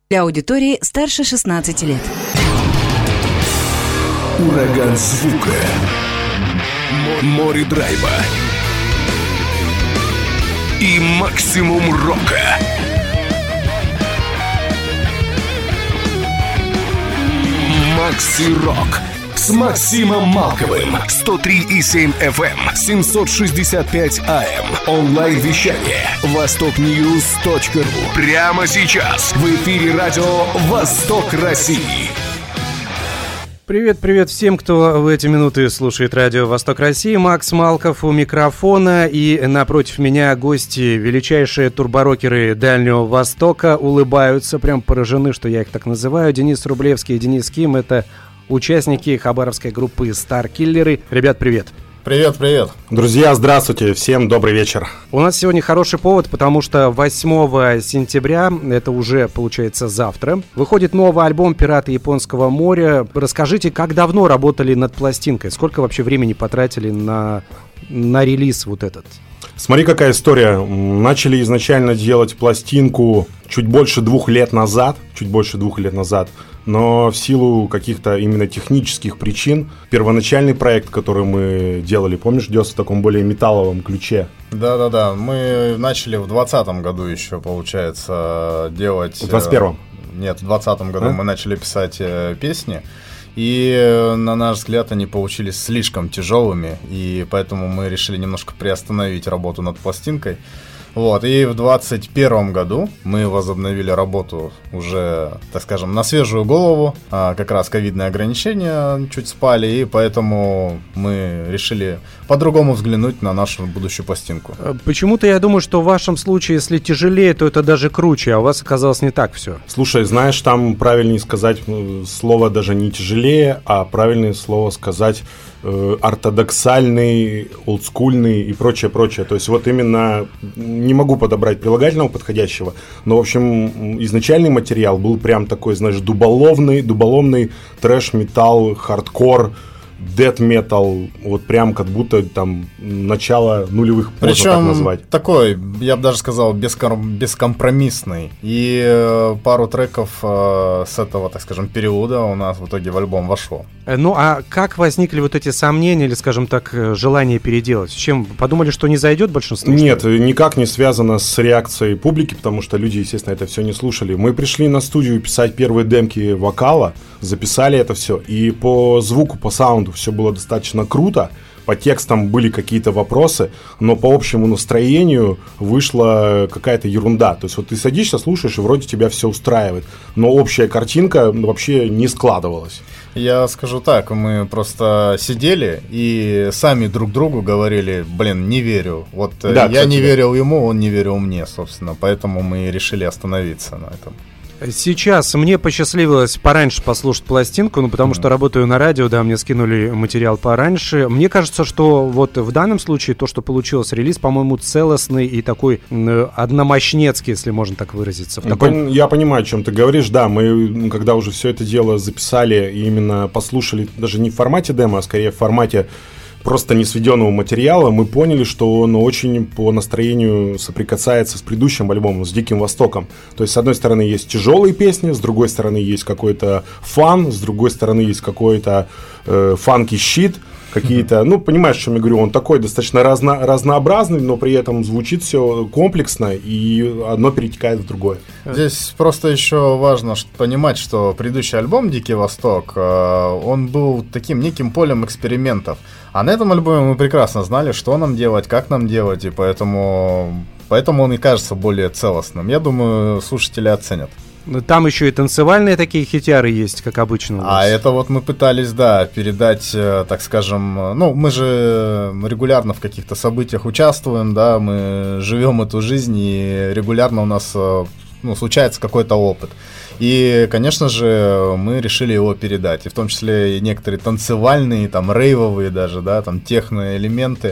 Для аудитории старше 16 лет. Ураган звука. Море драйва. И максимум рока. Макси Рок с Максимом Малковым. 103,7 FM, 765 AM. Онлайн-вещание востокньюз.ру. Прямо сейчас в эфире радио «Восток России». Привет всем, кто в эти минуты слушает радио «Восток России». Макс Малков у микрофона, и напротив меня гости, величайшие турборокеры Дальнего Востока, улыбаются, прям поражены, что я их так называю. Денис Рублевский и Денис Ким — это участники хабаровской группы «Старкиллеры». Ребят, привет! Привет. Друзья, здравствуйте, всем добрый вечер. У нас сегодня хороший повод, потому что 8 сентября, это уже, получается, завтра, выходит новый альбом «Пираты Японского моря». Расскажите, как давно работали над пластинкой? Сколько вообще времени потратили на релиз вот этот? Смотри, какая история. Начали изначально делать пластинку чуть больше 2 лет назад, но в силу каких-то именно технических причин первоначальный проект, который мы делали, помнишь, делался в таком более металловом ключе. Да, мы начали в 2020 году еще, получается, делать... В 2021? Нет, в 2020 году мы начали писать песни, и, на наш взгляд, они получились слишком тяжелыми, и поэтому мы решили немножко приостановить работу над пластинкой. Вот, и в 2021 году мы возобновили работу уже, так скажем, на свежую голову. Как раз ковидные ограничения чуть спали, и поэтому мы решили по-другому взглянуть на нашу будущую пластинку. Почему-то я думаю, что в вашем случае, если тяжелее, то это даже круче, а у вас оказалось не так все. Слушай, знаешь, там правильнее сказать слово даже не тяжелее, а правильное слово сказать ортодоксальный, олдскульный и прочее. То есть вот именно не могу подобрать прилагательного подходящего, но, в общем, изначальный материал был прям такой, знаешь, дуболомный трэш-металл, хардкор, дэт-метал, вот прям как будто там начало нулевых, причем можно так назвать. Такой, я бы даже сказал, бескомпромиссный. И пару треков с этого, так скажем, периода у нас в итоге в альбом вошло. Ну, а как возникли вот эти сомнения или, скажем так, желание переделать? С чем? Подумали, что не зайдет большинство? Нет, никак не связано с реакцией публики, потому что люди, естественно, это все не слушали. Мы пришли на студию писать первые демки вокала, записали это все, и по звуку, по саунду все было достаточно круто. По текстам были какие-то вопросы, но по общему настроению вышла какая-то ерунда. То есть вот ты садишься, слушаешь, и вроде тебя все устраивает, но общая картинка вообще не складывалась. Я скажу так, мы просто сидели и сами друг другу говорили, не верю. Вот да, я не верил ему, он не верил мне, собственно, поэтому мы решили остановиться на этом. Сейчас мне посчастливилось пораньше послушать пластинку, потому что работаю на радио, да, мне скинули материал пораньше. Мне кажется, что вот в данном случае то, что получилось, релиз, по-моему, целостный и такой одномощнецкий, если можно так выразиться. Я понимаю, о чем ты говоришь, да, мы когда уже все это дело записали и именно послушали, даже не в формате демо, а скорее в формате просто несведенного материала, мы поняли, что он очень по настроению соприкасается с предыдущим альбомом, с «Диким Востоком». То есть, с одной стороны, есть тяжелые песни, с другой стороны, есть какой-то фан, с другой стороны, есть какой-то фанки-щит, какие-то, понимаешь, о чем я говорю, он такой достаточно разнообразный, но при этом звучит все комплексно, и одно перетекает в другое. Здесь просто еще важно понимать, что предыдущий альбом «Дикий Восток», он был таким неким полем экспериментов. А на этом альбоме мы прекрасно знали, что нам делать, как нам делать, и поэтому он и кажется более целостным. Я думаю, слушатели оценят. Там еще и танцевальные такие хитяры есть, как обычно у нас. А это вот мы пытались, передать, так скажем, мы же регулярно в каких-то событиях участвуем, да, мы живем эту жизнь, и регулярно у нас случается какой-то опыт. И, конечно же, мы решили его передать, и в том числе и некоторые танцевальные, там, рейвовые даже, да, там, техноэлементы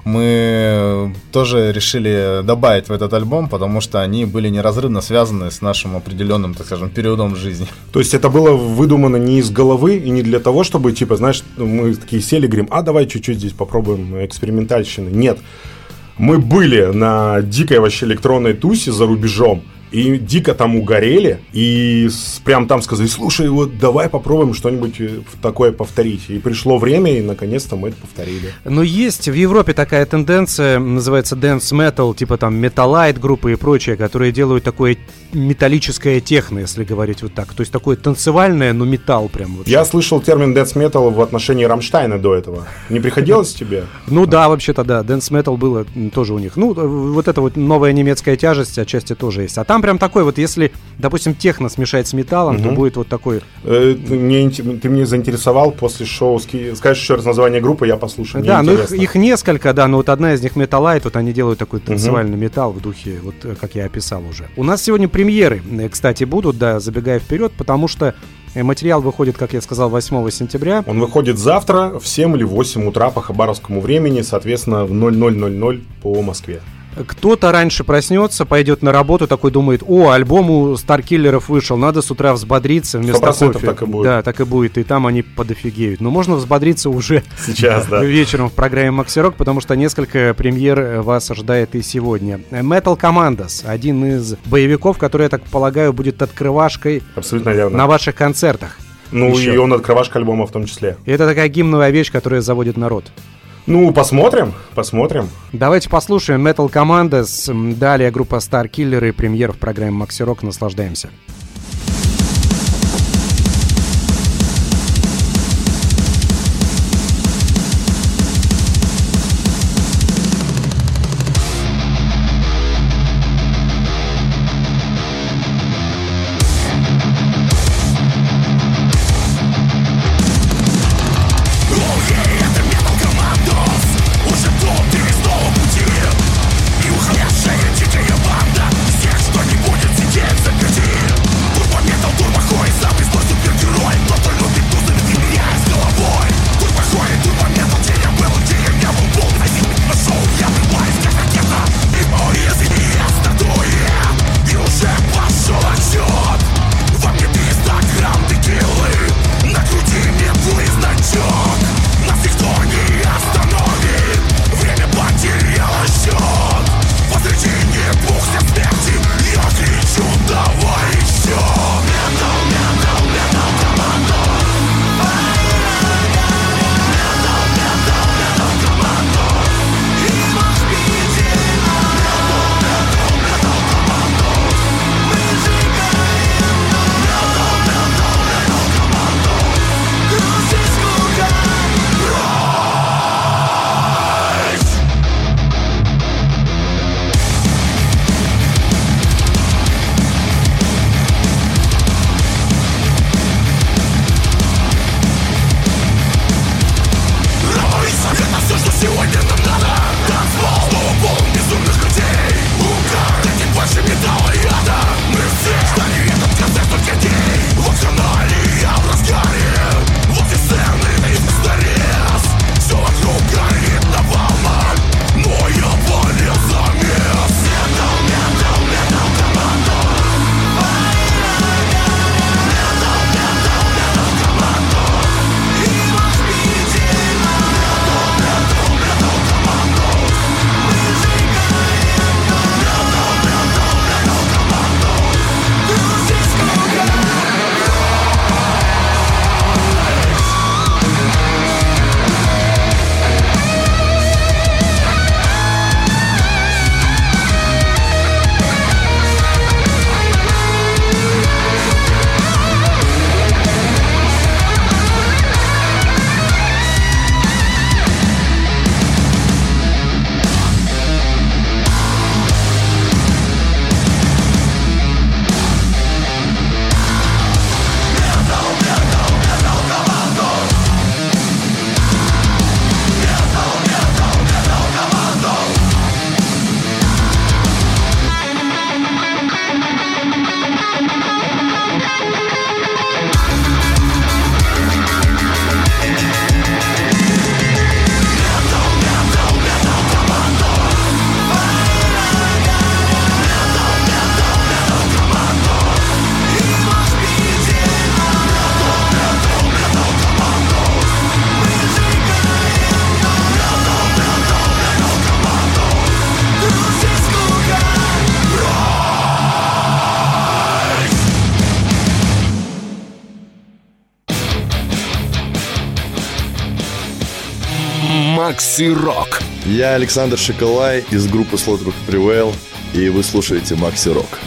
мы тоже решили добавить в этот альбом, потому что они были неразрывно связаны с нашим определенным, так скажем, периодом жизни. То есть это было выдумано не из головы и не для того, чтобы, мы такие сели, говорим, давай чуть-чуть здесь попробуем экспериментальщины. Нет. Мы были на дикой вообще электронной тусе за рубежом, И дико там угорели, и прям там сказали: слушай, вот давай попробуем что-нибудь такое повторить. И пришло время, и наконец-то мы это повторили. Но есть в Европе такая тенденция, называется dance metal, типа там Metalite группы и прочее, которые делают такое металлическое техно, если говорить вот так. То есть такое танцевальное, но металл прям вот. Я слышал термин dance metal в отношении Рамштайна до этого. Не приходилось тебе? Ну да, вообще-то да, dance metal было тоже у них. Ну, вот это вот новая немецкая тяжесть отчасти тоже есть. А там прям такой вот, если, допустим, техно смешать с металлом, то будет вот такой... Ты меня заинтересовал после шоу. Скажешь еще раз название группы, я послушаю. Да, ну их несколько, да, но вот одна из них Metalite, вот они делают такой танцевальный металл в духе, вот как я описал уже. У нас сегодня премьеры, кстати, будут, да, забегая вперед, потому что материал выходит, как я сказал, 8 сентября. Он выходит завтра в 7 или 8 утра по хабаровскому времени, соответственно, в 00:00 по Москве. Кто-то раньше проснется, пойдет на работу, такой думает: о, альбом у Старкиллеров вышел, надо с утра взбодриться вместо кофе. Так и будет. Да, так и будет, и там они подофигеют. Но можно взбодриться уже сейчас, да, вечером в программе Макси Рок, потому что несколько премьер вас ожидает и сегодня. Metal Commandos, один из боевиков, который, я так полагаю, будет открывашкой абсолютно верно на ваших концертах. Ну еще. И он открывашка альбома в том числе. И это такая гимновая вещь, которая заводит народ. Ну, посмотрим. Давайте послушаем Metal Commandos, далее группа Starkiller и премьер в программе Макси Рок. Наслаждаемся. Уходящая дикая банда, всех, что не будет сидеть заперти. Макси Рок. Я Александр Шоколай из группы Slaughter to Prevail, и вы слушаете Макси Рок.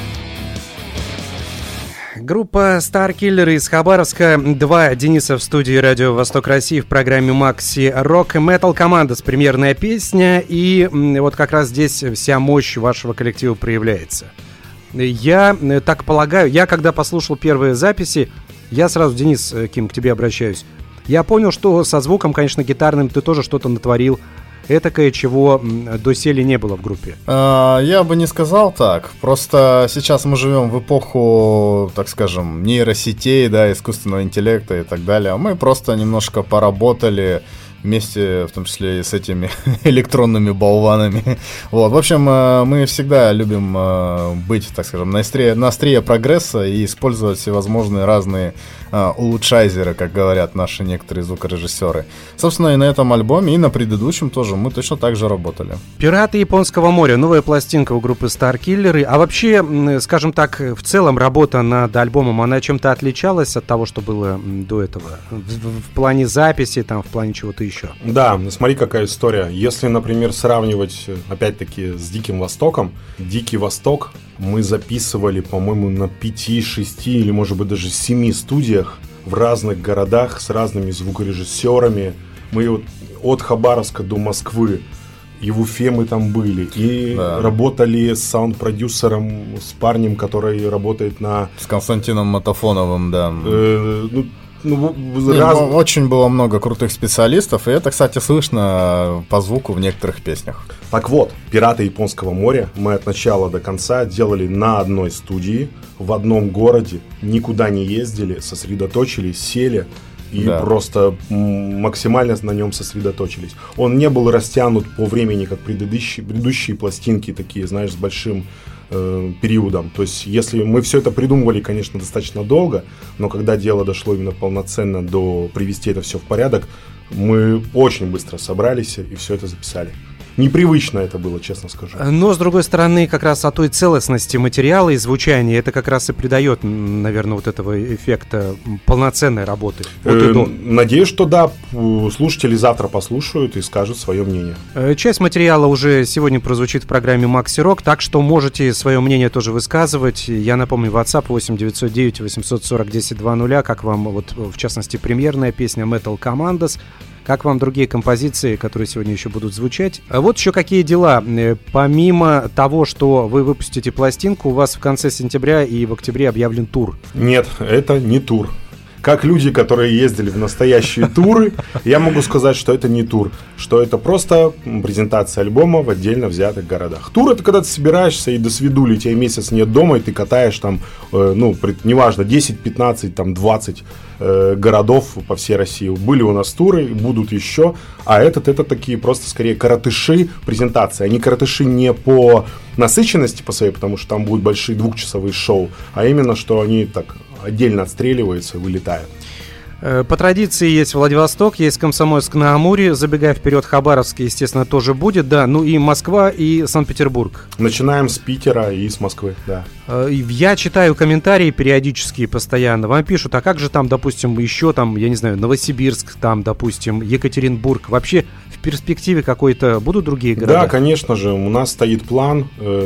Группа Starkiller из Хабаровска. Два Дениса в студии Радио Восток России в программе Макси Рок. Metal Commandos, премьерная песня. И вот как раз здесь вся мощь вашего коллектива проявляется. Я так полагаю, я когда послушал первые записи, я сразу, Денис, Ким, к тебе обращаюсь. Я понял, что со звуком, конечно, гитарным ты тоже что-то натворил. Этакое, чего доселе не было в группе. Я бы не сказал так. Просто сейчас мы живем в эпоху, так скажем, нейросетей, да, искусственного интеллекта и так далее. Мы просто немножко поработали вместе, в том числе и с этими электронными болванами. Вот. В общем, мы всегда любим быть, так скажем, на острие прогресса и использовать всевозможные разные улучшайзеры, как говорят наши некоторые звукорежиссеры. Собственно, и на этом альбоме, и на предыдущем тоже мы точно так же работали. «Пираты Японского моря», новая пластинка у группы Starkiller. А вообще, скажем так, в целом работа над альбомом, она чем-то отличалась от того, что было до этого? В плане записи, там, в плане чего-то еще? Да, смотри, какая история. Если, например, сравнивать, опять-таки, с Диким Востоком, Дикий Восток мы записывали, по-моему, на 5, 6 или, может быть, даже 7 студиях в разных городах с разными звукорежиссерами. Мы вот от Хабаровска до Москвы и в Уфе мы там были, и работали с саунд-продюсером, с парнем, который работает с Константином Матафоновым, да. Очень было много крутых специалистов, и это, кстати, слышно по звуку в некоторых песнях. Так вот, «Пираты Японского моря» мы от начала до конца делали на одной студии, в одном городе, никуда не ездили, сосредоточились, сели и просто максимально на нем сосредоточились. Он не был растянут по времени, как предыдущие пластинки, такие, знаешь, с большим периодом. То есть, если мы все это придумывали, конечно, достаточно долго, но когда дело дошло именно полноценно до привести это все в порядок, мы очень быстро собрались и все это записали. Непривычно это было, честно скажу. Но, с другой стороны, как раз о той целостности материала и звучания, это как раз и придает, наверное, вот этого эффекта полноценной работы. Надеюсь, что да, слушатели завтра послушают и скажут свое мнение. Часть материала уже сегодня прозвучит в программе Макси Рок, так что можете свое мнение тоже высказывать. Я напомню, WhatsApp 8 909 840 1020, как вам, вот, в частности, премьерная песня Metal Commandos. Как вам другие композиции, которые сегодня еще будут звучать? А вот еще какие дела. Помимо того, что вы выпустите пластинку, у вас в конце сентября и в октябре объявлен тур. Нет, это не тур. Как люди, которые ездили в настоящие туры, я могу сказать, что это не тур, что это просто презентация альбома в отдельно взятых городах. Тур — это когда ты собираешься и до свидули, тебя месяц нет дома, и ты катаешь там, неважно, 10, 15, там, 20 городов по всей России. Были у нас туры, будут еще, а это такие просто скорее коротыши презентации. Они коротыши не по насыщенности по своей, потому что там будут большие двухчасовые шоу, а именно, что они так отдельно отстреливаются и вылетают. По традиции есть Владивосток, есть Комсомольск-на-Амуре. Забегая вперед, Хабаровск, естественно, тоже будет, да. Ну и Москва, и Санкт-Петербург. Начинаем с Питера и с Москвы, да. Я читаю комментарии периодически, постоянно. Вам пишут, а как же там, допустим, еще там, я не знаю, Новосибирск, там, допустим, Екатеринбург. Вообще в перспективе какой-то будут другие города? Да, конечно же. У нас стоит план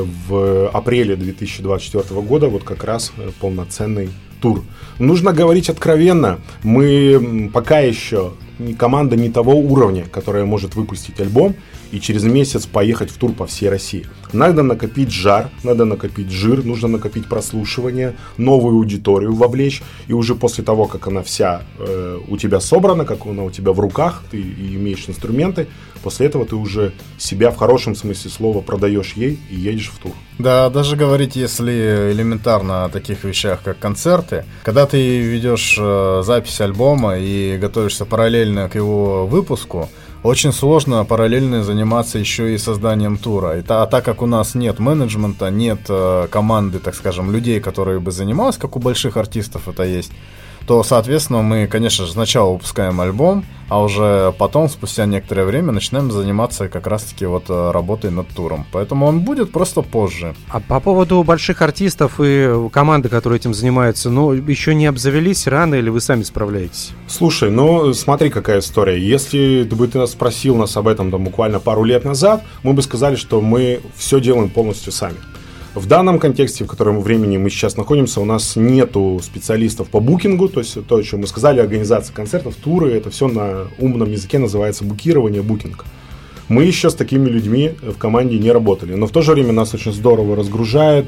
в апреле 2024 года, вот как раз полноценный тур. Нужно говорить откровенно, мы пока еще команда не того уровня, которая может выпустить альбом и через месяц поехать в тур по всей России. Надо накопить жар, надо накопить жир, нужно накопить прослушивание, новую аудиторию вовлечь, и уже после того, как она вся у тебя собрана, как она у тебя в руках, ты имеешь инструменты, после этого ты уже себя в хорошем смысле слова продаешь ей и едешь в тур. Да, даже говорить, если элементарно о таких вещах, как концерты, когда ты ведешь запись альбома и готовишься параллельно к его выпуску, очень сложно параллельно заниматься еще и созданием тура. А так как у нас нет менеджмента, нет команды, так скажем, людей, которые бы занимались, как у больших артистов это есть, то, соответственно, мы, конечно же, сначала выпускаем альбом, а уже потом, спустя некоторое время, начинаем заниматься как раз-таки вот работой над туром. Поэтому он будет просто позже. А по поводу больших артистов и команды, которые этим занимаются, ну, еще не обзавелись рано или вы сами справляетесь? Слушай, ну, смотри, какая история. Если ты бы нас спросил нас об этом там, буквально пару лет назад, мы бы сказали, что мы все делаем полностью сами. В данном контексте, в котором времени мы сейчас находимся, у нас нету специалистов по букингу, то есть то, о чем мы сказали, организация концертов, туры, это все на умном языке называется букирование, букинг. Мы еще с такими людьми в команде не работали, но в то же время нас очень здорово разгружает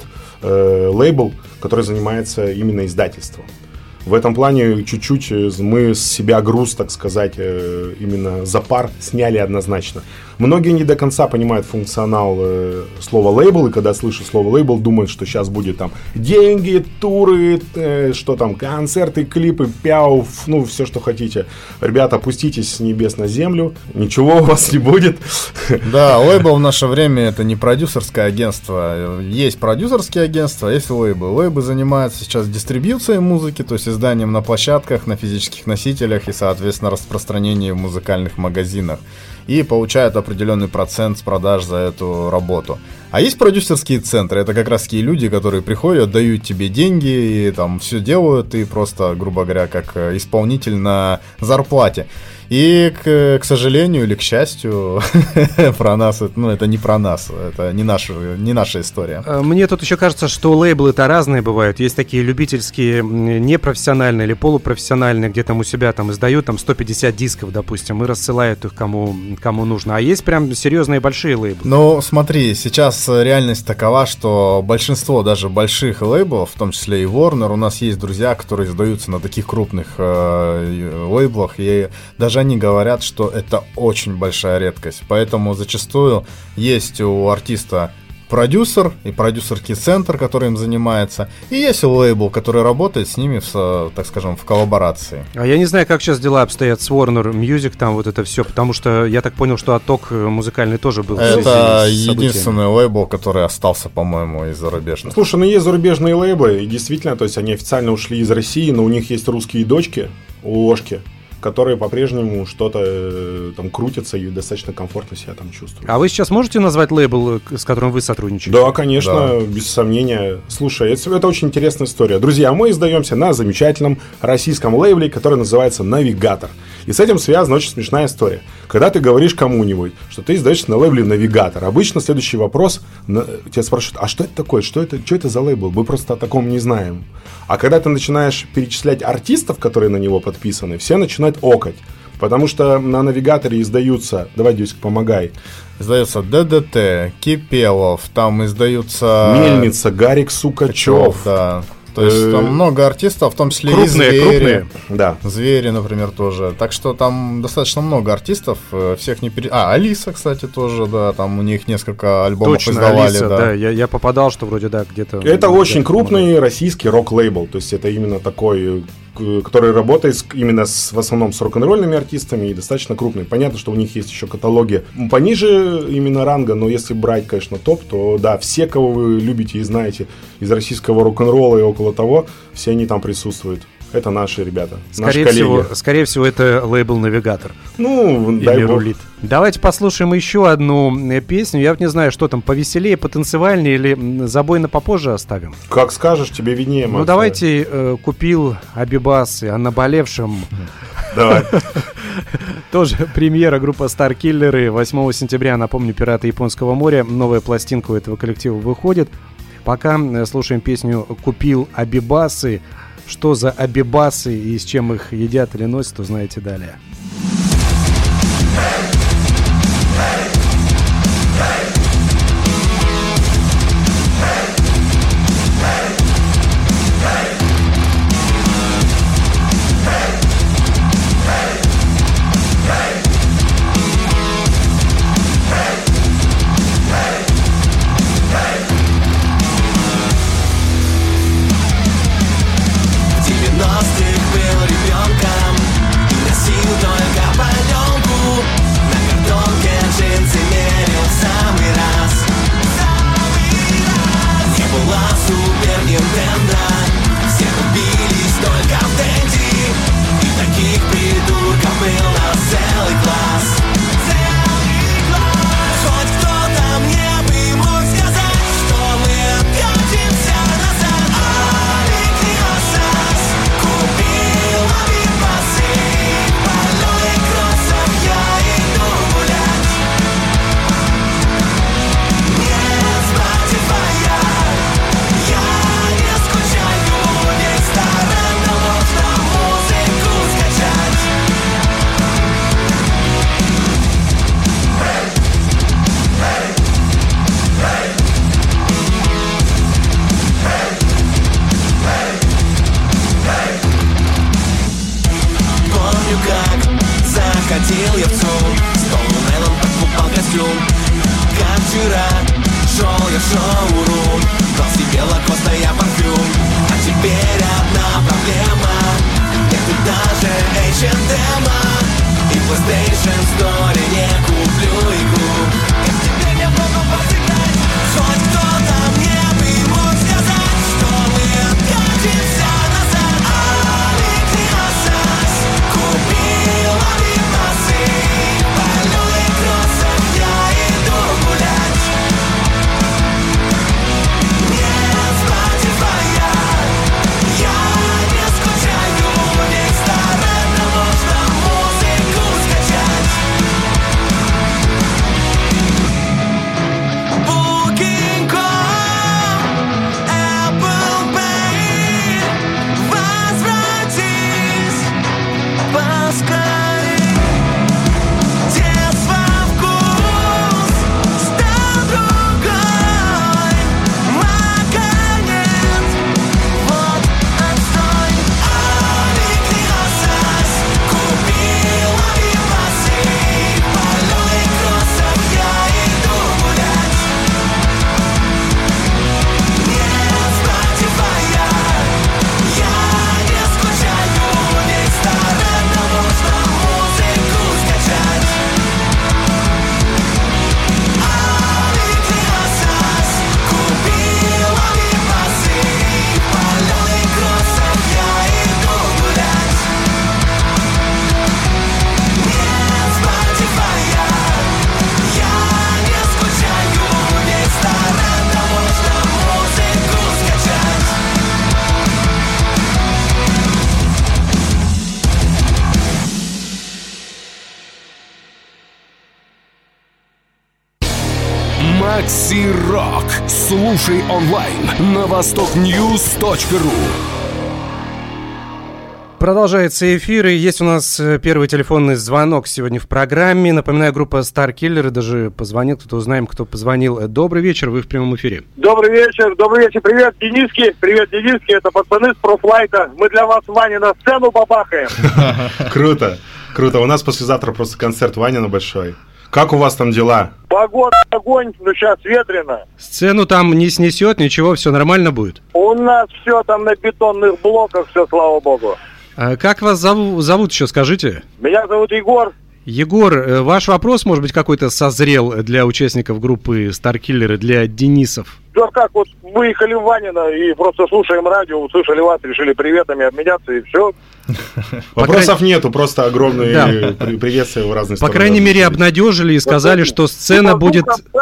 лейбл, который занимается именно издательством. В этом плане чуть-чуть мы с себя груз, так сказать, именно за пар сняли однозначно. Многие не до конца понимают функционал слова лейбл, и когда слышат слово лейбл, думают, что сейчас будет там деньги, туры, что там, концерты, клипы, пяу, ну, все, что хотите. Ребята, опуститесь с небес на землю, ничего у вас не будет. Да, лейбл в наше время это не продюсерское агентство. Есть продюсерские агентства, есть лейбл. Лейбл занимается сейчас дистрибьюцией музыки, то есть изданием на площадках, на физических носителях и, соответственно, распространением в музыкальных магазинах. И получают определенный процент с продаж за эту работу. А есть продюсерские центры, это как раз такие люди, которые приходят, дают тебе деньги и там все делают, и просто, грубо говоря, как исполнитель на зарплате. И, к сожалению или к счастью, про нас, ну, это не про нас, это не наша история. Мне тут еще кажется, что лейблы-то разные бывают. Есть такие любительские, непрофессиональные или полупрофессиональные, где там у себя там издают там 150 дисков, допустим, и рассылают их кому нужно. А есть прям серьезные большие лейблы. Ну, смотри, сейчас реальность такова, что большинство даже больших лейблов, в том числе и Warner, у нас есть друзья, которые издаются на таких крупных лейблах, и даже они говорят, что это очень большая редкость. Поэтому зачастую есть у артиста продюсер и продюсерский центр, который им занимается, и есть лейбл, который работает с ними, так скажем, в коллаборации. А я не знаю, как сейчас дела обстоят с Warner Music, там вот это все, потому что я так понял, что отток музыкальный тоже был. Это единственный лейбл, который остался, по-моему, из зарубежных. Слушай, ну есть зарубежные лейблы, и действительно, то есть они официально ушли из России, но у них есть русские дочки, ложки, которые по-прежнему что-то там крутятся и достаточно комфортно себя там чувствуют. А вы сейчас можете назвать лейбл, с которым вы сотрудничаете? Да, конечно, да. Без сомнения. Слушай, это очень интересная история. Друзья, мы издаемся на замечательном российском лейбле, который называется «Навигатор». И с этим связана очень смешная история. Когда ты говоришь кому-нибудь, что ты издаешься на лейбле «Навигатор», обычно следующий вопрос, тебя спрашивают, а что это такое, что это за лейбл? Мы просто о таком не знаем. А когда ты начинаешь перечислять артистов, которые на него подписаны, все начинают окать. Потому что на «Навигаторе» издаются, давай, Дюсик, помогай. Издается ДДТ, Кипелов, там издаются... Мельница, Гарик Сукачев. Да. То есть там много артистов, в том числе крупные, и звери. Крупные. Да. Звери, например, тоже. Так что там достаточно много артистов. Всех не Алиса, кстати, тоже, да. Там у них несколько альбомов точно, издавали. Алиса, да. Я попадал, что вроде, да, где-то... Это очень крупный российский рок-лейбл. То есть это именно такой, который работает именно в основном с рок-н-ролльными артистами и достаточно крупный. Понятно, что у них есть еще каталоги пониже именно ранга, но если брать, конечно, топ, то да, все, кого вы любите и знаете из российского рок-н-ролла и около того, все они там присутствуют. Это наши ребята, наши коллеги. Скорее всего, это лейбл «Навигатор». Ну, дай бог. Рулит. Давайте послушаем еще одну песню. Я вот не знаю, что там, повеселее, потанцевальнее или забойно попозже оставим? Как скажешь, тебе виднее. Ну, давайте «Купил Абибас» о наболевшем. Давай. Тоже премьера группы Starkiller. 8 сентября, напомню, «Пираты Японского моря». Новая пластинка у этого коллектива выходит. Пока слушаем песню «Купил Абибасы». Что за абибасы и с чем их едят или носят, узнаете далее. Был ребенком и носил только ходил я в ЦУМ, с полунелом покупал костюм. Как вчера шел я в шоурум, брал себе лакостая парфюм. А теперь одна проблема, нету даже H&M, и в PlayStation Store не куплю игру. Как теперь я могу посигнать? Хоть кто-то мне бы мог сказать, что мы откатимся назад. Аликриосас купил авибасы, по лёгкой кроссах я иду гулять. Нет Spotify, я не скучаю, весь торрентно можно музыку скачать. Booking.com, Apple Pay, возвратись поскорей. Детство вкус стал другой, магнит, вот отстой. Аликриосас купил авибасы, по лёгкой кроссах я иду гулять. Нет Spotify, я не скучаю, весь торрентно можно музыку скачать. Аликриосас купил авибасы, по лёгкой кроссах я иду гулять. Нет Spotify, я не скучаю, весь торрентно можно музыку скачать. Макси Рок. Слушай онлайн на востокньюз.ру. Продолжается эфир, и есть у нас первый телефонный звонок сегодня в программе. Напоминаю, группа Starkiller даже позвонил, кто-то узнаем, кто позвонил. Добрый вечер, вы в прямом эфире. Добрый вечер, привет, Дениски, это пацаны с профлайта. Мы для вас, Ваня, на сцену бабахаем. Круто, круто. У нас послезавтра просто концерт Ванина большой. Как у вас там дела? Погода, огонь, но сейчас ветрено. Сцену там не снесет, ничего, все нормально будет? У нас все там на бетонных блоках, все, слава богу. А как вас зовут еще, скажите? Меня зовут Егор. Егор, ваш вопрос, может быть, какой-то созрел для участников группы Starkiller, для Денисов? Да как, вот выехали в Ванино и просто слушаем радио, услышали вас, решили приветами обменяться и все. Вопросов нету, просто огромные приветствия в разные стороны. По крайней мере, обнадежили и сказали, что сцена будет...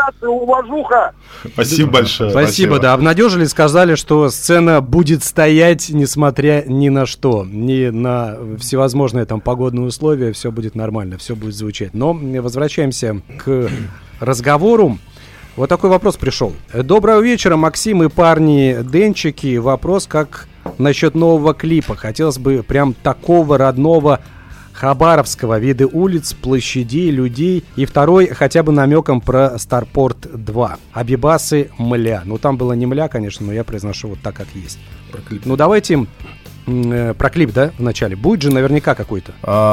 Уважуха! Спасибо большое. Спасибо, да. Обнадежили и сказали, что сцена будет стоять, несмотря ни на что. Ни на всевозможные там погодные условия, все будет нормально, все будет звучать. Но возвращаемся к разговору. Вот такой вопрос пришел. Доброго вечера, Максим и парни Денчики. Вопрос, как насчет нового клипа. Хотелось бы прям такого родного хабаровского, виды улиц, площадей, людей. И второй хотя бы намеком про Старпорт 2. Абибасы мля. Ну там было не мля, конечно, но я произношу вот так, как есть. Ну давайте... Про клип, да, вначале? Будет же наверняка какой-то.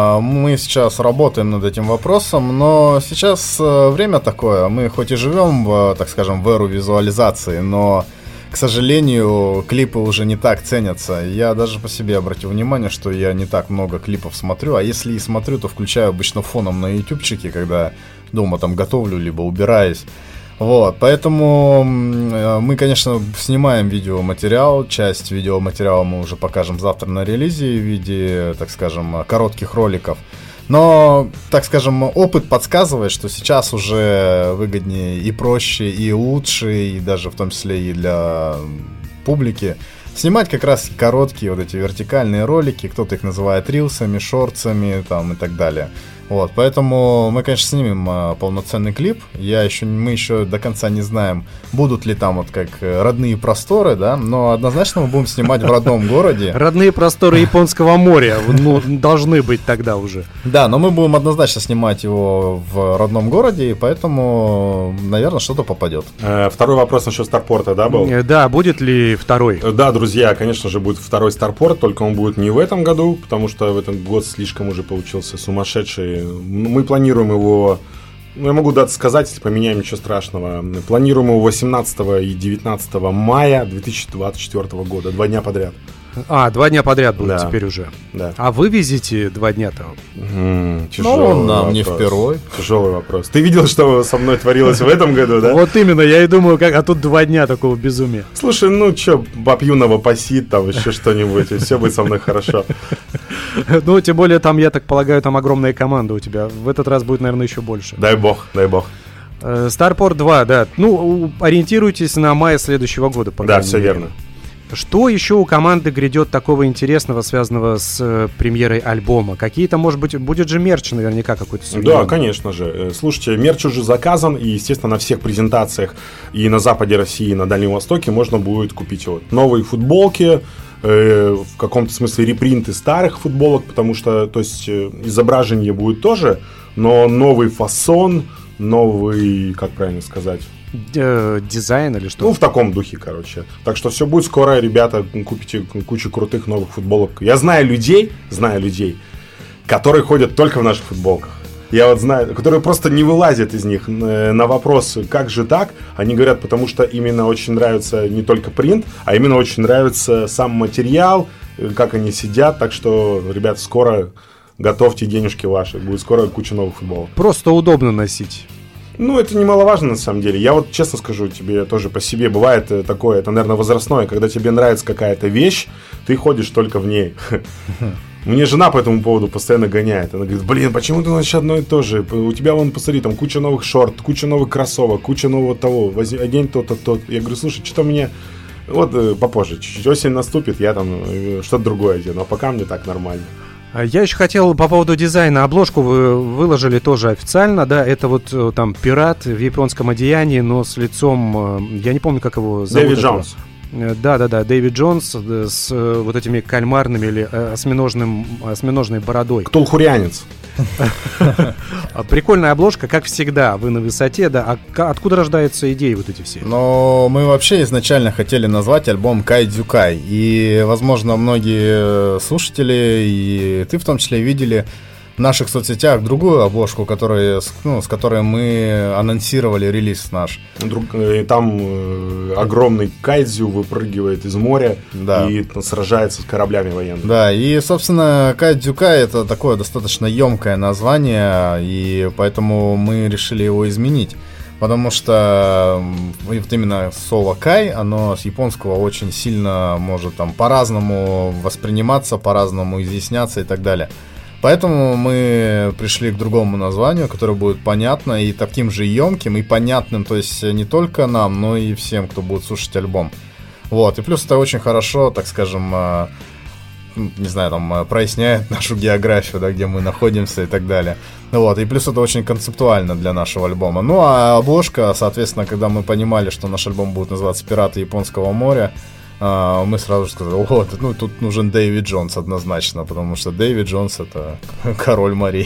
Мы сейчас работаем над этим вопросом, но сейчас время такое. Мы хоть и живем, так скажем, в эру визуализации, но, к сожалению, клипы уже не так ценятся. Я даже по себе обратил внимание, что я не так много клипов смотрю, а если и смотрю, то включаю обычно фоном на ютубчике, когда дома там готовлю, либо убираюсь. Вот, поэтому мы, конечно, снимаем видеоматериал. Часть видеоматериала мы уже покажем завтра на релизе в виде, так скажем, коротких роликов. Но, так скажем, опыт подсказывает, что сейчас уже выгоднее и проще, и лучше, и даже в том числе и для публики снимать как раз короткие вот эти вертикальные ролики. Кто-то их называет рилсами, шортсами там, и так далее. Вот, поэтому мы, конечно, снимем полноценный клип. Мы еще до конца не знаем, будут ли там вот как родные просторы, да, но однозначно мы будем снимать в родном городе. Родные просторы Японского моря, ну, должны быть тогда уже. Да, но мы будем однозначно снимать его в родном городе, и поэтому, наверное, что-то попадет. Второй вопрос насчет Старпорта, да, был? Да, будет ли второй? Да, друзья, конечно же, будет второй Старпорт, только он будет не в этом году, потому что в этом год слишком уже получился сумасшедший Мы планируем его, я могу дату сказать, если поменяем, ничего страшного. Планируем его 18 и 19 мая 2024 года, 2 дня подряд. 2 дня подряд будет теперь уже. Да. А вы везете 2 дня-то? Тяжелый нам не впервой. Тяжелый вопрос. Ты видел, что со мной творилось в этом году, да? Вот именно, я и думаю, а тут 2 дня такого безумия. Слушай, баб юного пасит, там еще что-нибудь, и все будет со мной хорошо. Тем более там, я так полагаю, там огромная команда у тебя. В этот раз будет, наверное, еще больше. Дай бог. Starport 2, да. Ориентируйтесь на май следующего года. Да, все верно. Что еще у команды грядет такого интересного, связанного с премьерой альбома? Какие-то, может быть, будет же мерч наверняка какой-то современный? Да, конечно же. Слушайте, мерч уже заказан, и, естественно, на всех презентациях и на западе России, и на Дальнем Востоке можно будет купить его. Новые футболки, в каком-то смысле репринты старых футболок, потому что, то есть, изображение будет тоже, но новый фасон, новый, как правильно сказать... Дизайн или что? В таком духе, короче. Так что все будет скоро, ребята, купите кучу крутых новых футболок. Я знаю людей, которые ходят только в наших футболках. Я вот знаю, которые просто не вылазят из них. На вопрос, как же так, они говорят, потому что именно очень нравится не только принт, а именно очень нравится сам материал, как они сидят. Так что, ребят, скоро готовьте денежки ваши. Будет скоро куча новых футболок. Просто удобно носить. Это немаловажно на самом деле. Я вот честно скажу тебе тоже по себе, бывает такое, это, наверное, возрастное, когда тебе нравится какая-то вещь, ты ходишь только в ней. Мне жена по этому поводу постоянно гоняет. Она говорит, почему ты носишь одно и то же? У тебя, посмотри, там куча новых шорт, куча новых кроссовок, куча нового того, одень то-то, то-то. Я говорю, слушай, что-то мне... попозже, чуть-чуть осень наступит, я там что-то другое одену, а пока мне так нормально. Я еще хотел по поводу дизайна. Обложку вы выложили тоже официально, да? Это там пират в японском одеянии, но с лицом, я не помню, как его зовут. Дэвид Джонс. Да, Дэвид Джонс с вот этими кальмарными или осьминожной бородой. Ктулхурианец. Прикольная обложка, как всегда, вы на высоте, да. А откуда рождаются идеи вот эти все? Мы вообще изначально хотели назвать альбом Кайдзюкай. И, возможно, многие слушатели, и ты в том числе, видели в наших соцсетях другую обложку, с которой мы анонсировали релиз наш. Там огромный кайдзю выпрыгивает из моря и сражается с кораблями военными. Да, и, собственно, Кайдзюкай — это такое достаточно емкое название, и поэтому мы решили его изменить. Потому что вот именно слово «кай», оно с японского очень сильно может по-разному восприниматься, по-разному изъясняться и так далее. Поэтому мы пришли к другому названию, которое будет понятно и таким же емким и понятным, то есть не только нам, но и всем, кто будет слушать альбом. И плюс это очень хорошо, так скажем, проясняет нашу географию, где мы находимся и так далее. И плюс это очень концептуально для нашего альбома. А обложка, соответственно, когда мы понимали, что наш альбом будет называться «Пираты Японского моря», мы сразу же сказали, тут нужен Дэвид Джонс однозначно, потому что Дэвид Джонс — это король морей.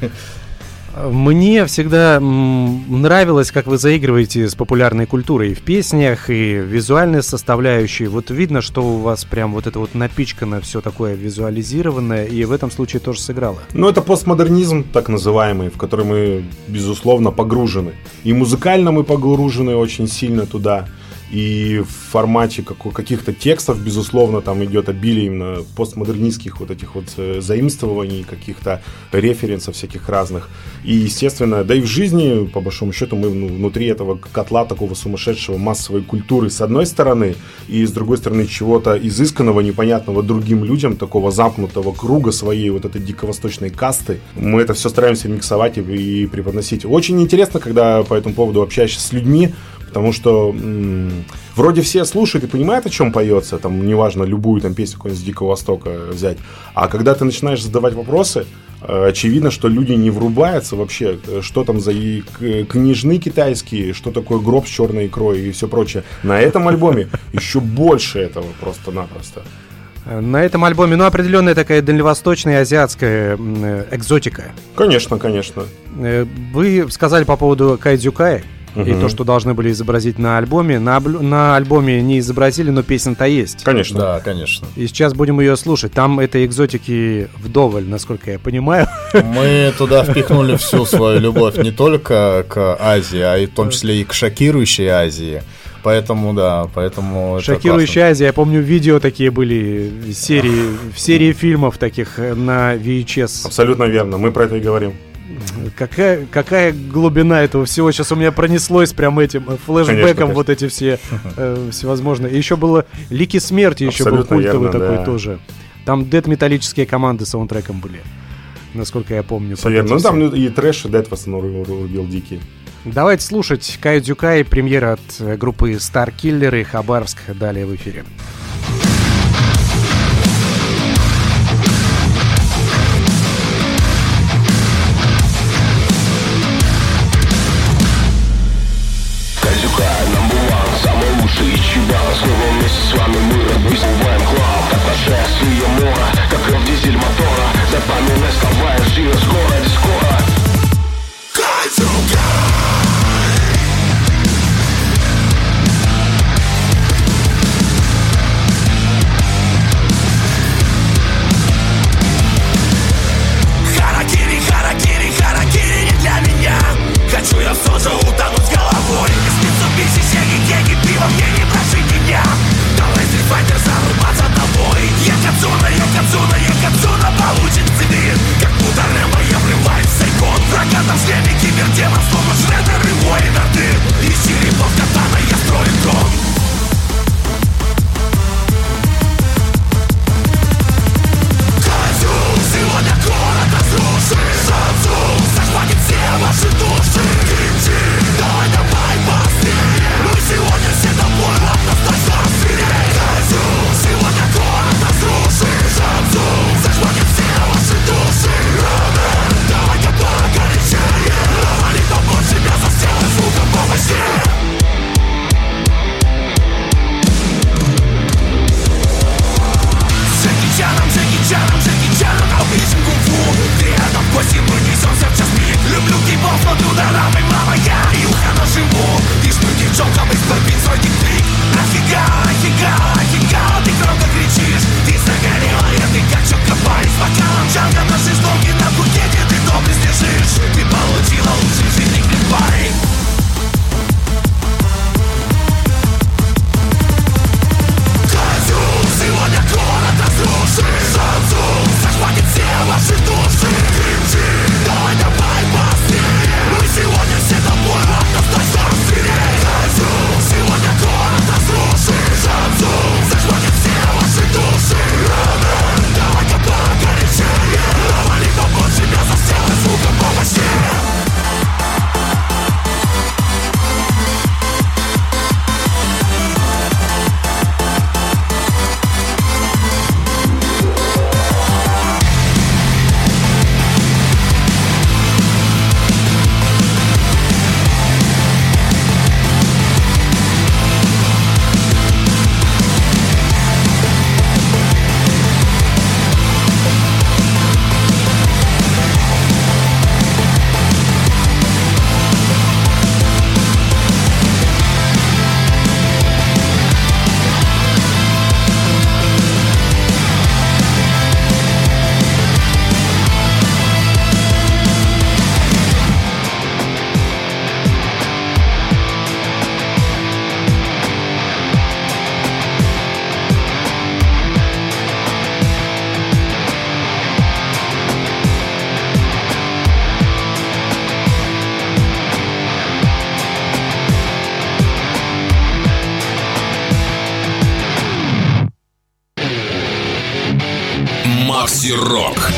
Мне всегда нравилось, как вы заигрываете с популярной культурой и в песнях, и в визуальной составляющей. Видно, что у вас прям это напичкано, все такое визуализированное, и в этом случае тоже сыграло. Это постмодернизм, так называемый, в который мы, безусловно, погружены. И музыкально мы погружены очень сильно туда. И в формате каких-то текстов, безусловно, там идет обилие именно постмодернистских заимствований, каких-то референсов всяких разных. И, естественно, да и в жизни, по большому счету, мы внутри этого котла такого сумасшедшего массовой культуры с одной стороны, и с другой стороны чего-то изысканного, непонятного другим людям, такого замкнутого круга своей этой диковосточной касты. Мы это все стараемся миксовать и преподносить. Очень интересно, когда по этому поводу общаешься с людьми, потому что вроде все слушают и понимают, о чем поется, неважно, любую песню какую-нибудь с Дикого Востока взять, а когда ты начинаешь задавать вопросы, очевидно, что люди не врубаются вообще, что там за княжны китайские, что такое гроб с черной икрой и все прочее. На этом альбоме еще больше этого просто-напросто. На этом альбоме, определенная такая дальневосточная, азиатская экзотика. Конечно. Вы сказали по поводу Кайдзюкая. и то, что должны были изобразить на альбоме. На альбоме не изобразили, но песня-то есть. Конечно. Да, конечно. И сейчас будем ее слушать. Там этой экзотики вдоволь, насколько я понимаю. Мы туда впихнули всю свою любовь не только к Азии, а и в том числе и к шокирующей Азии. Поэтому, да, поэтому... Шокирующая Азия. Я помню, видео такие были в серии фильмов таких на VHS. Абсолютно верно, мы про это и говорим. Какая глубина этого всего сейчас у меня пронеслось прям этим флешбэком, конечно. Вот эти все всевозможные. И еще было «Лики смерти», еще был культовый такой тоже. Там дэт-металлические команды саундтреком были, насколько я помню. Все верно, ну там и трэш, и дэт в основном рубил дикий. Давайте слушать Кай Дюкай, премьера от группы Starkiller и Хабаровск, далее в эфире. Снова вместе с вами мы разбиваем хлам, как нашествие мора, как рев дизель мотора. Запоминай слова и жди нас в городе скоро. Харакири, харакири, харакири не для меня. Хочу я все же утонуть с головой. Из Mitsubishi, Сеги, Кеги, пиво мне не прожить меня. Давай стритфайтер зарубаться тобой. Якобсуна получит цивиль. Как будто Рэмбо я врываюсь в Сайкон. В рогатом шлеме кибердемон, словно Шреддер и воин Орды. Из черепов катана я строю трон. Хочу сегодня город разрушить. Шансу захватит все ваши души. Кричи, давай быстрее. Мы сегодня все тобой однозначно сильнее. Хочу сегодня город разрушить. Шансу захватит все ваши души. Давай-ка погорячее. Навали побольше мяса, сделай звуком помощнее. Джеки Чаном, обычным кунг-фу. Рядом в гости мы несемся в час пик. Люблю кипов, смотрю дорамы, мама, я и ухано живу. И шнурки джонком из глубин свой дик-трик. Ахига, ты громко кричишь. Ты загорелая, ты как чокобай. С бокалом джанга на шезлонге на букете ты доблесть лежишь. Ты получила лучший жизни клипай. Хочу сегодня город разрушить. Шансу захватит все ваши души. Кричи, давай быстрее. Мы сегодня все тобой однозначно сильнее. Хочу сегодня город разрушить. Шансу захватит все ваши души. Давай-ка погорячее. Навали побольше мяса, сделай звуком помощнее. Макси-рок.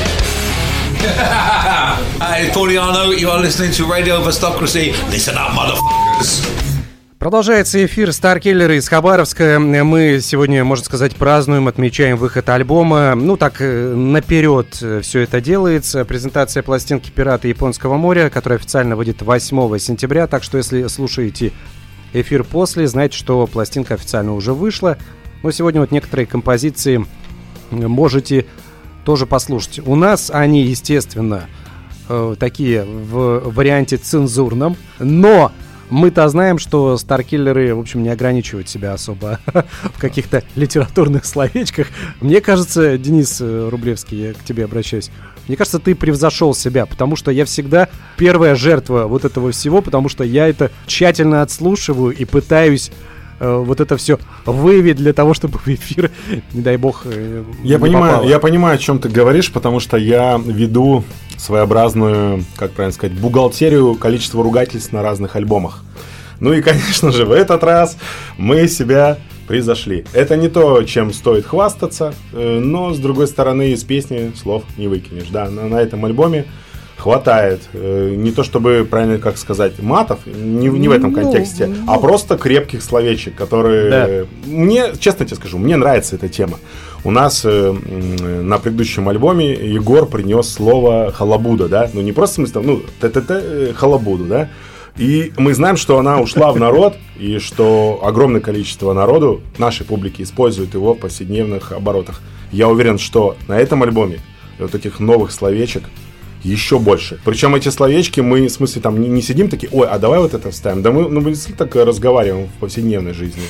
Hey, Pauliano, you are listening to Radio Vostocracy. Listen up, motherfuckers. Продолжается эфир Starkiller из Хабаровска. Мы сегодня, можно сказать, празднуем, отмечаем выход альбома. Ну так, наперед все это делается. Презентация пластинки «Пираты Японского моря», которая официально выйдет 8 сентября. Так что, если слушаете эфир после, знайте, что пластинка официально уже вышла. Но сегодня вот некоторые композиции можете тоже послушать. У нас они, естественно, такие в варианте цензурном, но Мы-то знаем, что старкиллеры, в общем, не ограничивают себя особо в каких-то литературных словечках. Мне кажется, Денис Рублевский, я к тебе обращаюсь, мне кажется, ты превзошел себя, потому что я всегда первая жертва вот этого всего, потому что я это тщательно отслушиваю и пытаюсь вот это все выявить для того, чтобы в эфир, не дай бог, я понимаю, о чем ты говоришь, потому что я веду своеобразную, как правильно сказать, бухгалтерию количества ругательств на разных альбомах. Ну и, конечно же, в этот раз мы себя превзошли. Это не то, чем стоит хвастаться, но, с другой стороны, из песни слов не выкинешь. Да, на этом альбоме хватает. Не то чтобы, правильно как сказать, матов, не в этом контексте, а просто крепких словечек, которые... Да. Мне, честно тебе скажу, мне нравится эта тема. У нас на предыдущем альбоме Егор принес слово «халабуда», да? Ну, не просто в смысле, «халабуду», да? И мы знаем, что она ушла в народ, и что огромное количество народу, нашей публики, использует его в повседневных оборотах. Я уверен, что на этом альбоме вот этих новых словечек еще больше. Причем эти словечки мы, в смысле, там не сидим такие, ой, а давай вот это вставим. Да мы действительно так разговариваем в повседневной жизни.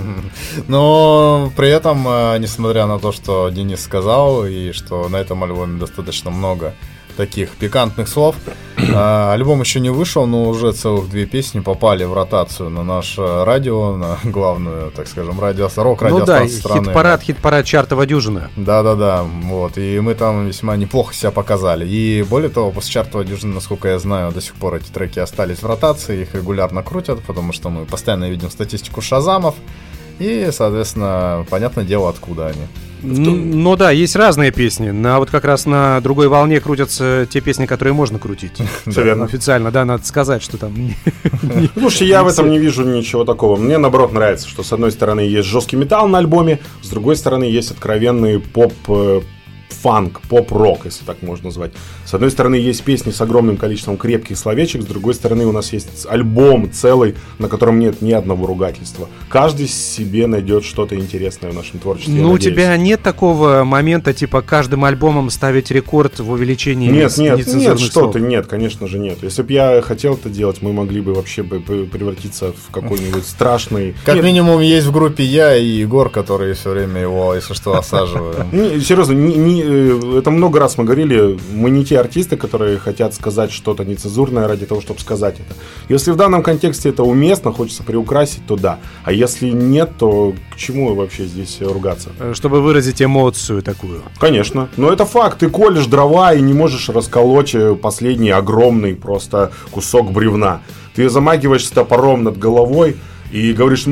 Но при этом, несмотря на то, что Денис сказал, и что на этом альбоме достаточно много таких пикантных слов, альбом еще не вышел, но уже целых 2 песни попали в ротацию на наше радио, на главную, так скажем, рок-радиостанцию страны. Хит-парад чартовая дюжина. Да, вот, и мы там весьма неплохо себя показали. И более того, после чартовой дюжины, насколько я знаю, до сих пор эти треки остались в ротации, их регулярно крутят, потому что мы постоянно видим статистику шазамов, и, соответственно, понятное дело, откуда они. Ну да, есть разные песни. Вот как раз на другой волне крутятся те песни, которые можно крутить. Все верно. Официально, да, надо сказать, что там... Слушай, я в этом не вижу ничего такого. Мне, наоборот, нравится, что с одной стороны есть жесткий металл на альбоме, с другой стороны есть откровенный поп-фанк, поп-рок, если так можно назвать. С одной стороны есть песни с огромным количеством крепких словечек, с другой стороны у нас есть альбом целый, на котором нет ни одного ругательства. Каждый себе найдет что-то интересное в нашем творчестве. Ну, у тебя нет такого момента, типа, каждым альбомом ставить рекорд в увеличении Нет, что ты, нет, конечно же нет. Если бы я хотел это делать, мы могли бы вообще превратиться в какой-нибудь страшный... Как минимум есть в группе я и Егор, который все время его, если что, осаживаем. Серьезно, это много раз мы говорили, мы не те артисты, которые хотят сказать что-то нецензурное ради того, чтобы сказать это. Если в данном контексте это уместно, хочется приукрасить, то да. А если нет, то к чему вообще здесь ругаться? Чтобы выразить эмоцию такую. Конечно. Но это факт. Ты колешь дрова и не можешь расколоть последний огромный просто кусок бревна. Ты замахиваешься топором над головой и говоришь,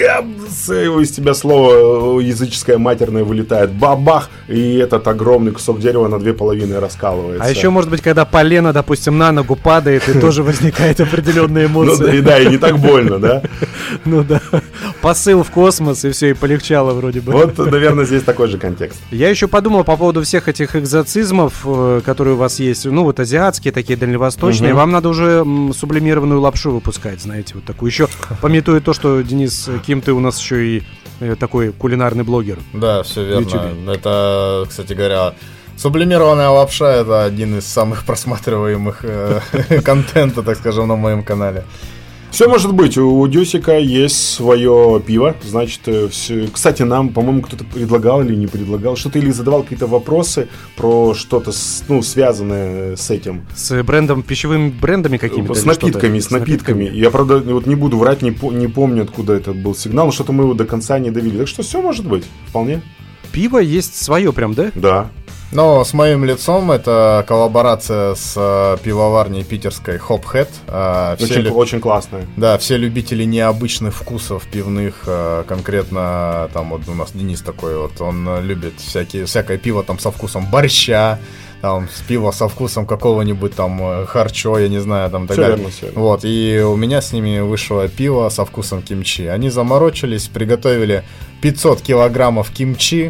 из тебя слово языческое матерное вылетает, бабах, и этот огромный кусок дерева на 2 половины раскалывается. А еще, может быть, когда полено, допустим, на ногу падает, и тоже возникает определенная эмоция. Ну да, и не так больно, да? Ну да. Посыл в космос, и все, и полегчало вроде бы. Вот, наверное, здесь такой же контекст. Я еще подумал по поводу всех этих экзорцизмов, которые у вас есть, ну вот азиатские, такие дальневосточные. Вам надо уже сублимированную лапшу выпускать, знаете, вот такую. Еще памятуя то, что, Денис Ким, ты у нас еще и такой кулинарный блогер. Да, все верно. Это, кстати говоря, сублимированная лапша — это один из самых просматриваемых контента, так скажем, на моем канале. Все может быть, у Дюсика есть свое пиво, значит, кстати, нам, по-моему, кто-то предлагал или не предлагал, что-то или задавал какие-то вопросы про что-то, связанное с этим. С брендом, пищевыми брендами какими-то? С напитками. Я, правда, вот не буду врать, не помню, откуда это был сигнал, но что-то мы его до конца не довели, так что все может быть, вполне. Пиво есть свое прям, да? Да. Но с моим лицом это коллаборация с пивоварней питерской Hop Head. Очень классная. Да, все любители необычных вкусов пивных, конкретно там вот у нас Денис такой вот, он любит всякое пиво там со вкусом борща, там пиво со вкусом какого-нибудь там харчо, я не знаю, там так далее. Вот, и у меня с ними вышло пиво со вкусом кимчи. Они заморочились, приготовили 500 килограммов кимчи,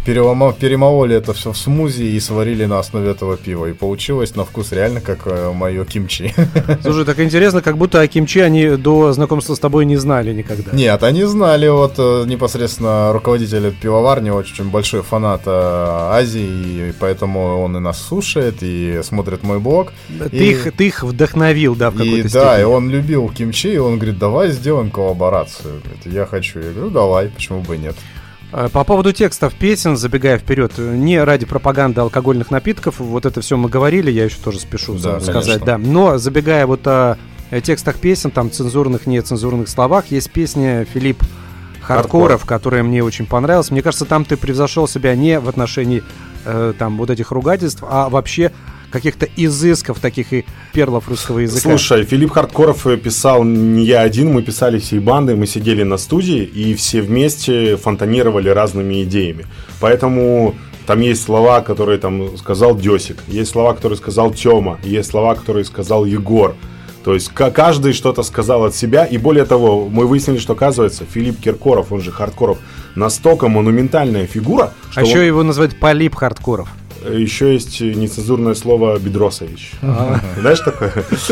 перемололи это все в смузи и сварили на основе этого пива. И получилось на вкус реально как мое кимчи. Слушай, так интересно, как будто о кимчи они до знакомства с тобой не знали никогда. Нет, они знали, вот непосредственно руководитель пивоварни очень большой фанат Азии, и поэтому он и нас слушает, и смотрит мой блог. Ты их вдохновил, да, в какой-то степени. Да, и он любил кимчи, и он говорит, давай сделаем коллаборацию. Говорит, я хочу. Я говорю, давай, почему бы и нет. По поводу текстов песен, забегая вперед, не ради пропаганды алкогольных напитков, вот это все мы говорили, я еще тоже спешу сказать, да. Но забегая вот о текстах песен, там цензурных, нецензурных словах, есть песня Филипп Хардкоров, которая мне очень понравилась. Мне кажется, там ты превзошел себя не в отношении там вот этих ругательств, а вообще каких-то изысков, таких и перлов русского языка. Слушай, Филипп Хардкоров писал не я один, мы писали всей бандой, мы сидели на студии и все вместе фонтанировали разными идеями. Поэтому там есть слова, которые там сказал Дёсик, есть слова, которые сказал Тёма, есть слова, которые сказал Егор. То есть каждый что-то сказал от себя. И более того, мы выяснили, что, оказывается, Филипп Киркоров, он же Хардкоров, настолько монументальная фигура, что еще его называют Полип Хардкоров. Еще есть нецензурное слово Бедросович. Знаешь такое?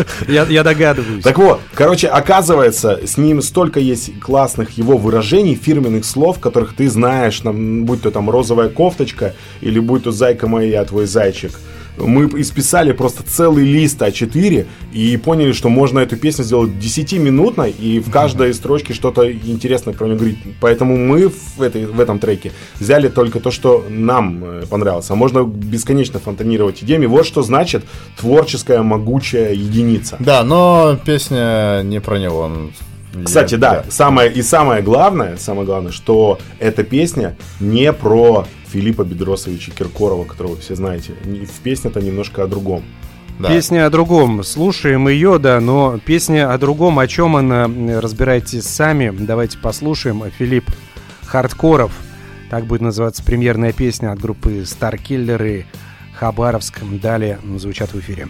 Я догадываюсь. Так вот, короче, оказывается, с ним столько есть классных его выражений, фирменных слов, которых ты знаешь, будь то там розовая кофточка, или будь то зайка моя, твой зайчик. Мы исписали просто целый лист А4 и поняли, что можно эту песню сделать 10-минутной, и в каждой строчке что-то интересное про нее говорить. Поэтому мы в этом треке взяли только то, что нам понравилось. А можно бесконечно фонтанировать идеями. Вот что значит творческая могучая единица. Да, но песня не про него. Кстати, да. Самое главное, что эта песня не про Филиппа Бедросовича Киркорова, которого вы все знаете. В песне-то немножко о другом. Да. Песня о другом. Слушаем ее, да, но песня о другом, о чем она, разбирайтесь сами. Давайте послушаем. Филипп Хардкоров. Так будет называться премьерная песня от группы Старкиллеры, Хабаровск. Далее звучат в эфире.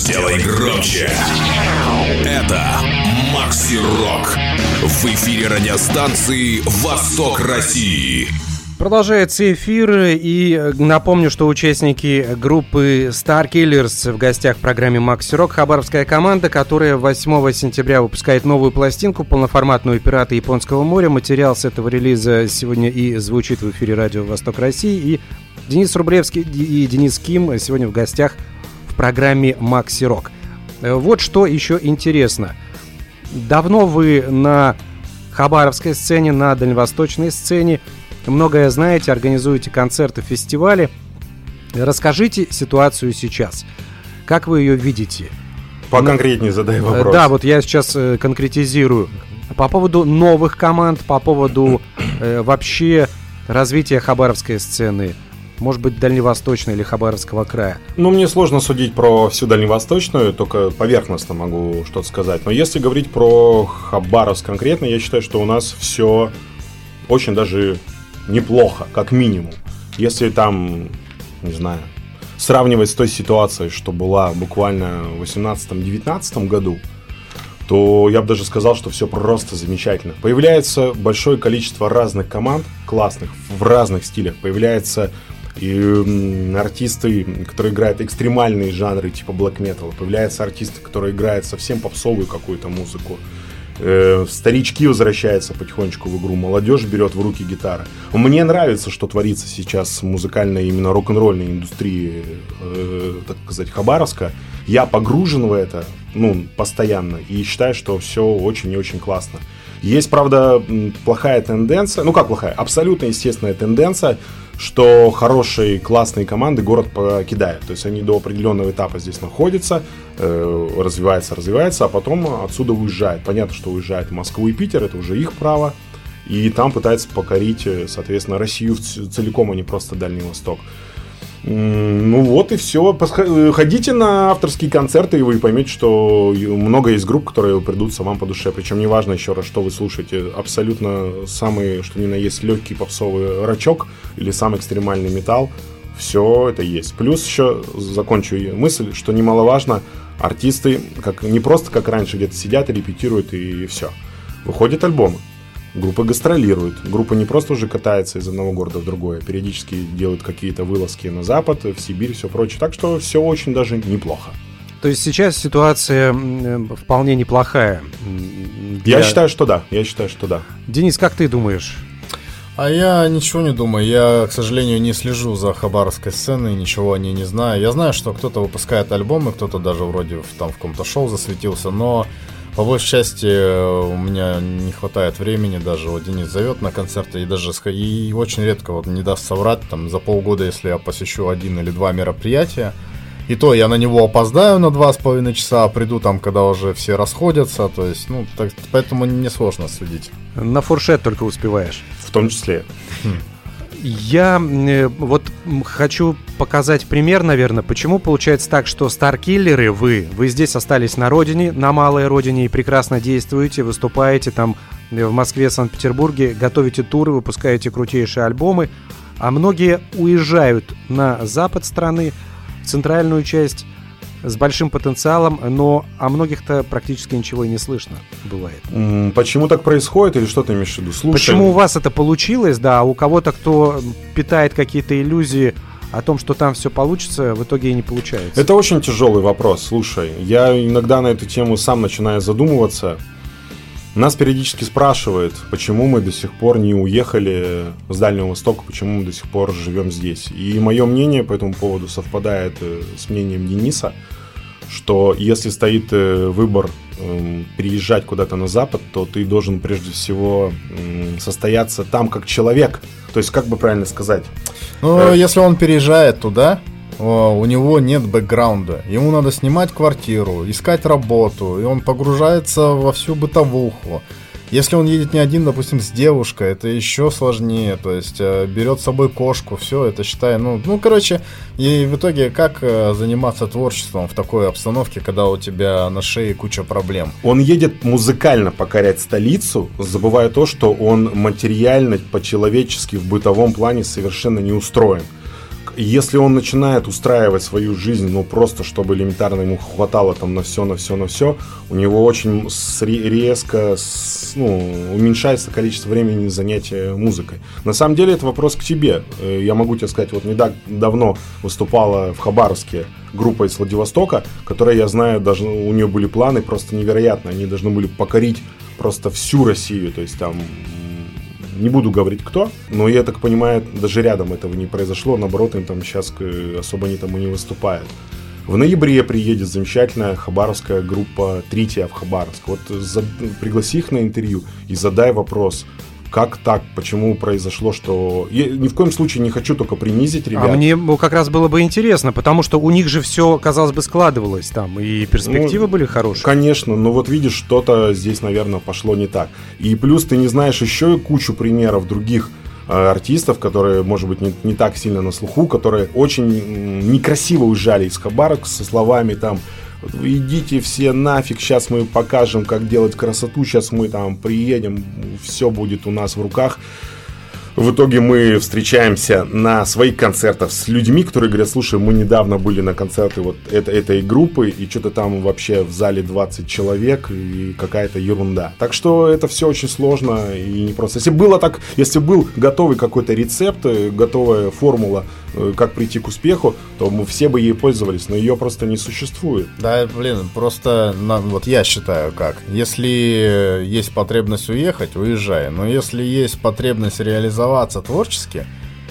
Сделай громче. Это Макси Рок. В эфире радиостанции «Восток России». Продолжается эфир, и напомню, что участники группы Starkillers в гостях в программе «Макси Рок», хабаровская команда, которая 8 сентября выпускает новую пластинку, полноформатную «Пираты Японского моря». Материал с этого релиза сегодня и звучит в эфире радио «Восток России». И Денис Рублевский и Денис Ким сегодня в гостях в программе «Макси Рок». Вот что еще интересно. Давно вы на хабаровской сцене, на дальневосточной сцене, многое знаете, организуете концерты, фестивали. Расскажите ситуацию сейчас. Как вы ее видите? Поконкретнее задай вопрос. Да, вот я сейчас конкретизирую. По поводу новых команд, по поводу вообще развития хабаровской сцены. Может быть, дальневосточной или Хабаровского края. Ну, мне сложно судить про всю дальневосточную, только поверхностно могу что-то сказать. Но если говорить про Хабаровск конкретно, я считаю, что у нас все очень даже неплохо, как минимум. Если там, не знаю, сравнивать с той ситуацией, что была буквально в 18-19 году, то я бы даже сказал, что все просто замечательно. Появляется большое количество разных команд, классных, в разных стилях. Появляются и артисты, которые играют экстремальные жанры, типа блэк металла. Появляются артисты, которые играют совсем попсовую какую-то музыку. Старички возвращаются потихонечку в игру, молодежь берет в руки гитары. Мне нравится, что творится сейчас в музыкальной, именно рок-н-ролльной индустрии, так сказать, Хабаровска. Я погружен в это, постоянно, и считаю, что все очень и очень классно. Есть, правда, плохая тенденция, как плохая, абсолютно естественная тенденция, что хорошие, классные команды город покидают. То есть они до определенного этапа здесь находятся, развиваются, а потом отсюда уезжают. Понятно, что уезжают в Москву и Питер, это уже их право. И там пытаются покорить, соответственно, Россию целиком, а не просто Дальний Восток. Вот и все. Ходите на авторские концерты, и вы поймете, что много есть групп, которые придутся вам по душе. Причем неважно еще раз, что вы слушаете. Абсолютно самый, что ни на есть, легкий попсовый рочок или самый экстремальный металл. Все это есть. Плюс еще закончу мысль, что немаловажно, артисты не просто как раньше где-то сидят и репетируют, и все. Выходят альбомы. Группа гастролирует. Группа не просто уже катается из одного города в другое. Периодически делают какие-то вылазки на запад, в Сибирь, все прочее. Так что все очень даже неплохо. То есть сейчас ситуация вполне неплохая. Я считаю, что да. Денис, как ты думаешь? А я ничего не думаю. Я, к сожалению, не слежу за хабаровской сценой, ничего о ней не знаю. Я знаю, что кто-то выпускает альбомы, кто-то даже вроде в каком-то шоу засветился, но по большей части у меня не хватает времени, даже вот Денис зовет на концерты, и очень редко, не даст соврать, за полгода, если я посещу 1 или 2 мероприятия, и то я на него опоздаю на 2,5 часа, а приду когда уже все расходятся, то есть, поэтому мне сложно судить. На фуршет только успеваешь. В том числе. Я хочу показать пример, наверное, почему получается так, что Старкиллеры, вы здесь остались на родине, на малой родине, и прекрасно действуете, выступаете там в Москве, Санкт-Петербурге, готовите туры, выпускаете крутейшие альбомы, а многие уезжают на запад страны, в центральную часть, с большим потенциалом, но о многих-то практически ничего и не слышно бывает. Почему так происходит или что ты имеешь в виду? Слушай, почему у вас это получилось, да, а у кого-то, кто питает какие-то иллюзии о том, что там все получится, в итоге и не получается? Это очень тяжелый вопрос, слушай. Я иногда на эту тему сам начинаю задумываться. Нас периодически спрашивают, почему мы до сих пор не уехали с Дальнего Востока, почему мы до сих пор живем здесь. И мое мнение по этому поводу совпадает с мнением Дениса, что если стоит выбор переезжать куда-то на Запад, то ты должен прежде всего состояться там как человек. То есть, как бы правильно сказать? Если он переезжает туда, у него нет бэкграунда, ему надо снимать квартиру, искать работу, и он погружается во всю бытовуху. Если он едет не один, допустим, с девушкой, это еще сложнее, то есть берет с собой кошку, все это, считай, и в итоге как заниматься творчеством в такой обстановке, когда у тебя на шее куча проблем? Он едет музыкально покорять столицу, забывая то, что он материально, по-человечески, в бытовом плане совершенно не устроен. если он начинает устраивать свою жизнь, ну просто чтобы элементарно ему хватало там на все, у него очень резко уменьшается количество времени занятия музыкой. На самом деле это вопрос к тебе. Я могу тебе сказать, вот давно выступала в Хабаровске группа из Владивостока, которая, я знаю, даже у нее были планы просто невероятные. Они должны были покорить просто всю Россию, то есть там... Не буду говорить кто, но я так понимаю, даже рядом этого не произошло. Наоборот, им там сейчас особо они там и не выступают. В ноябре приедет замечательная хабаровская группа Трития в Хабаровск. Вот пригласи их на интервью и задай вопрос. Как так? Почему произошло, что... Я ни в коем случае не хочу только принизить ребят. А мне как раз было бы интересно, потому что у них же все, казалось бы, складывалось там, и перспективы были хорошие. Конечно, но вот видишь, что-то здесь, наверное, пошло не так. И плюс ты не знаешь еще кучу примеров других артистов, которые, может быть, не так сильно на слуху, которые очень некрасиво уезжали из Хабаровска со словами там... Идите все нафиг, сейчас мы покажем, как делать красоту, сейчас мы там приедем, все будет у нас в руках. В итоге мы встречаемся на своих концертах с людьми, которые говорят: слушай, мы недавно были на концерте вот этой группы, и что-то там вообще в зале 20 человек, и какая-то ерунда. Так что это все очень сложно и непросто. Если был готовый какой-то рецепт, готовая формула, как прийти к успеху, то мы все бы ей пользовались, но ее просто не существует. Да, просто вот я считаю как. Если есть потребность уехать, уезжай. Но если есть потребность реализоваться творчески,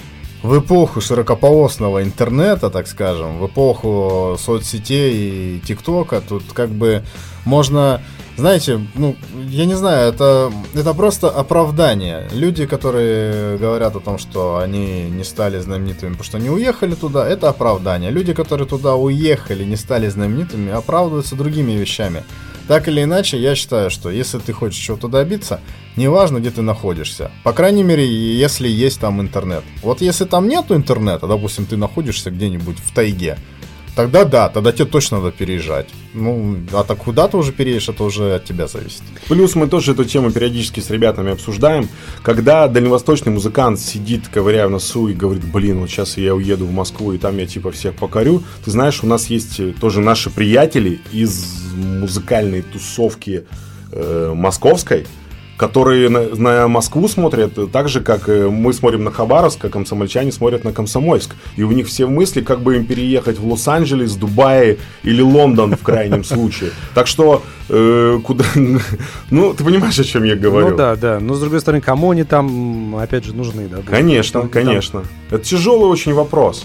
в эпоху широкополосного интернета, так скажем, в эпоху соцсетей и ТикТока, тут как бы можно... Знаете, я не знаю, это просто оправдание. Люди, которые говорят о том, что они не стали знаменитыми, потому что не уехали туда, это оправдание. Люди, которые туда уехали, не стали знаменитыми, оправдываются другими вещами. Так или иначе, я считаю, что если ты хочешь чего-то добиться, неважно, где ты находишься. По крайней мере, если есть там интернет. Вот если там нету интернета, допустим, ты находишься где-нибудь в тайге, тогда да, тогда тебе точно надо переезжать. А так куда ты уже переедешь, это уже от тебя зависит. Плюс мы тоже эту тему периодически с ребятами обсуждаем. Когда дальневосточный музыкант сидит, ковыряя в носу и говорит: блин, вот сейчас я уеду в Москву и там я типа всех покорю. Ты знаешь, у нас есть тоже наши приятели из музыкальной тусовки московской, которые на Москву смотрят так же, как мы смотрим на Хабаровск, а комсомольчане смотрят на Комсомольск. И у них все мысли, как бы им переехать в Лос-Анджелес, Дубай или Лондон в крайнем случае. Так что, куда... Ну, ты понимаешь, о чем я говорю? Ну да. Но, с другой стороны, кому они там, опять же, нужны? Да? Конечно. Это тяжелый очень вопрос.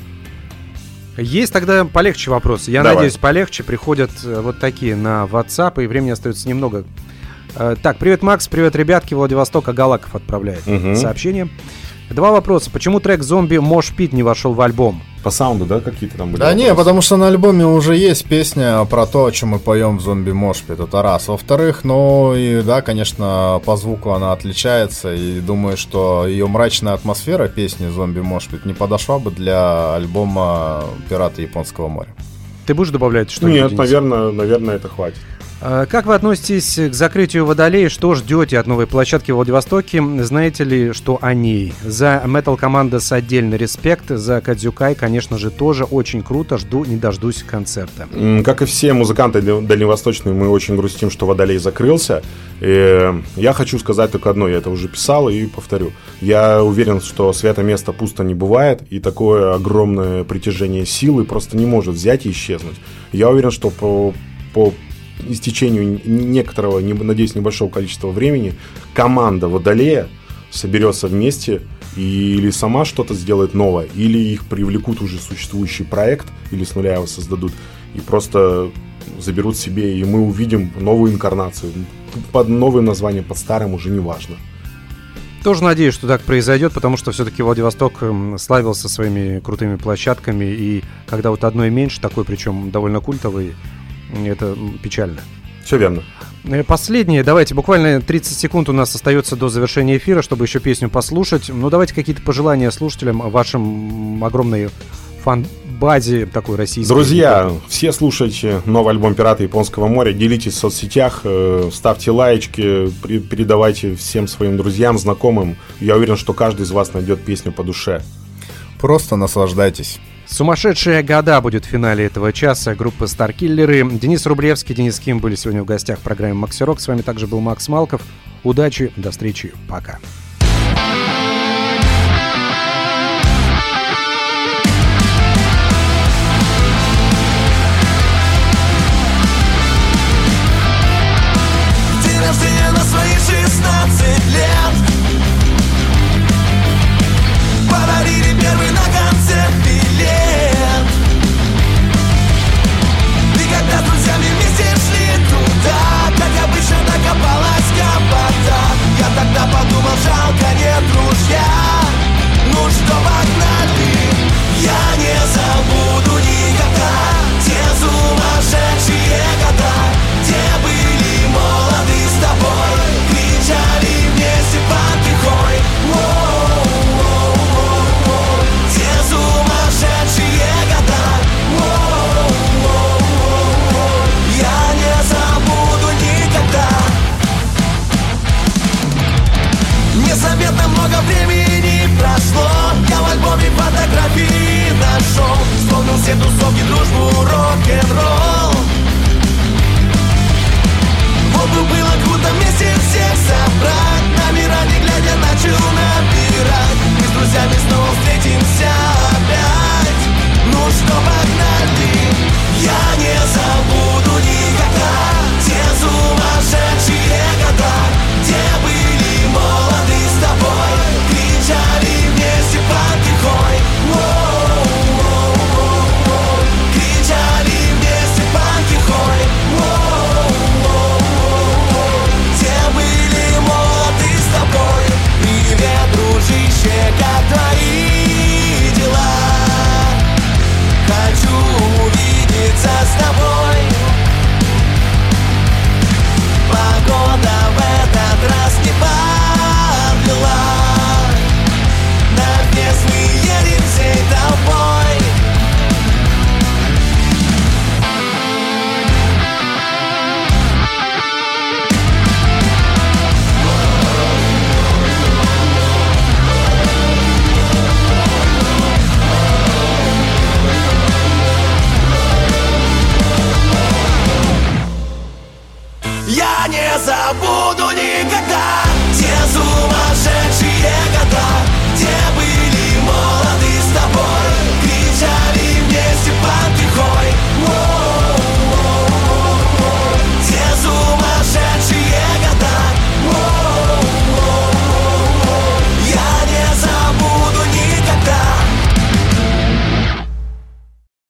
Есть тогда полегче вопросы. Я надеюсь, полегче. Приходят вот такие на WhatsApp, и времени остается немного. Так, привет, Макс, привет, ребятки, Владивостока, Галаков отправляет сообщение. Два вопроса. Почему трек «Зомби Mosh Pit» не вошел в альбом? По саунду, да, какие-то там были? Да вопросы? Не, потому что на альбоме уже есть песня про то, о чем мы поем в «Зомби Mosh Pit», это раз. Во-вторых, и да, конечно, по звуку она отличается, и думаю, что ее мрачная атмосфера песни «Зомби Mosh Pit» не подошла бы для альбома «Пираты Японского моря». Ты будешь добавлять что-нибудь? Нет, наверное, это хватит. Как вы относитесь к закрытию Водолея? Что ждете от новой площадки в Владивостоке? Знаете ли, что о ней? За Metal Commandos отдельный респект. За Кадзюкай, конечно же, тоже очень круто. Жду, не дождусь концерта. Как и все музыканты дальневосточные, мы очень грустим, что Водолей закрылся. И я хочу сказать только одно. Я это уже писал и повторю. Я уверен, что святое место пусто не бывает. И такое огромное притяжение силы просто не может взять и исчезнуть. Я уверен, что по истечению некоторого, надеюсь, небольшого количества времени команда Водолея соберется вместе и или сама что-то сделает новое, или их привлекут уже существующий проект, или с нуля его создадут, и просто заберут себе, и мы увидим новую инкарнацию. Под новым названием, под старым уже не важно. Тоже надеюсь, что так произойдет, потому что все-таки Владивосток славился своими крутыми площадками, и когда вот одной меньше, такой причем довольно культовый, это печально. Все верно. Последнее, давайте, буквально 30 секунд у нас остается до завершения эфира, чтобы еще песню послушать. Давайте какие-то пожелания слушателям, вашим огромной фан-базе такой российской. Друзья, все слушайте новый альбом «Пираты Японского моря», делитесь в соцсетях, ставьте лайки, передавайте всем своим друзьям, знакомым. Я уверен, что каждый из вас найдет песню по душе. Просто наслаждайтесь. Сумасшедшие года будет в финале этого часа. Группа Старкиллеры. Денис Рублевский, Денис Ким были сегодня в гостях в программе «Макси Рок». С вами также был Макс Малков. Удачи, до встречи, пока.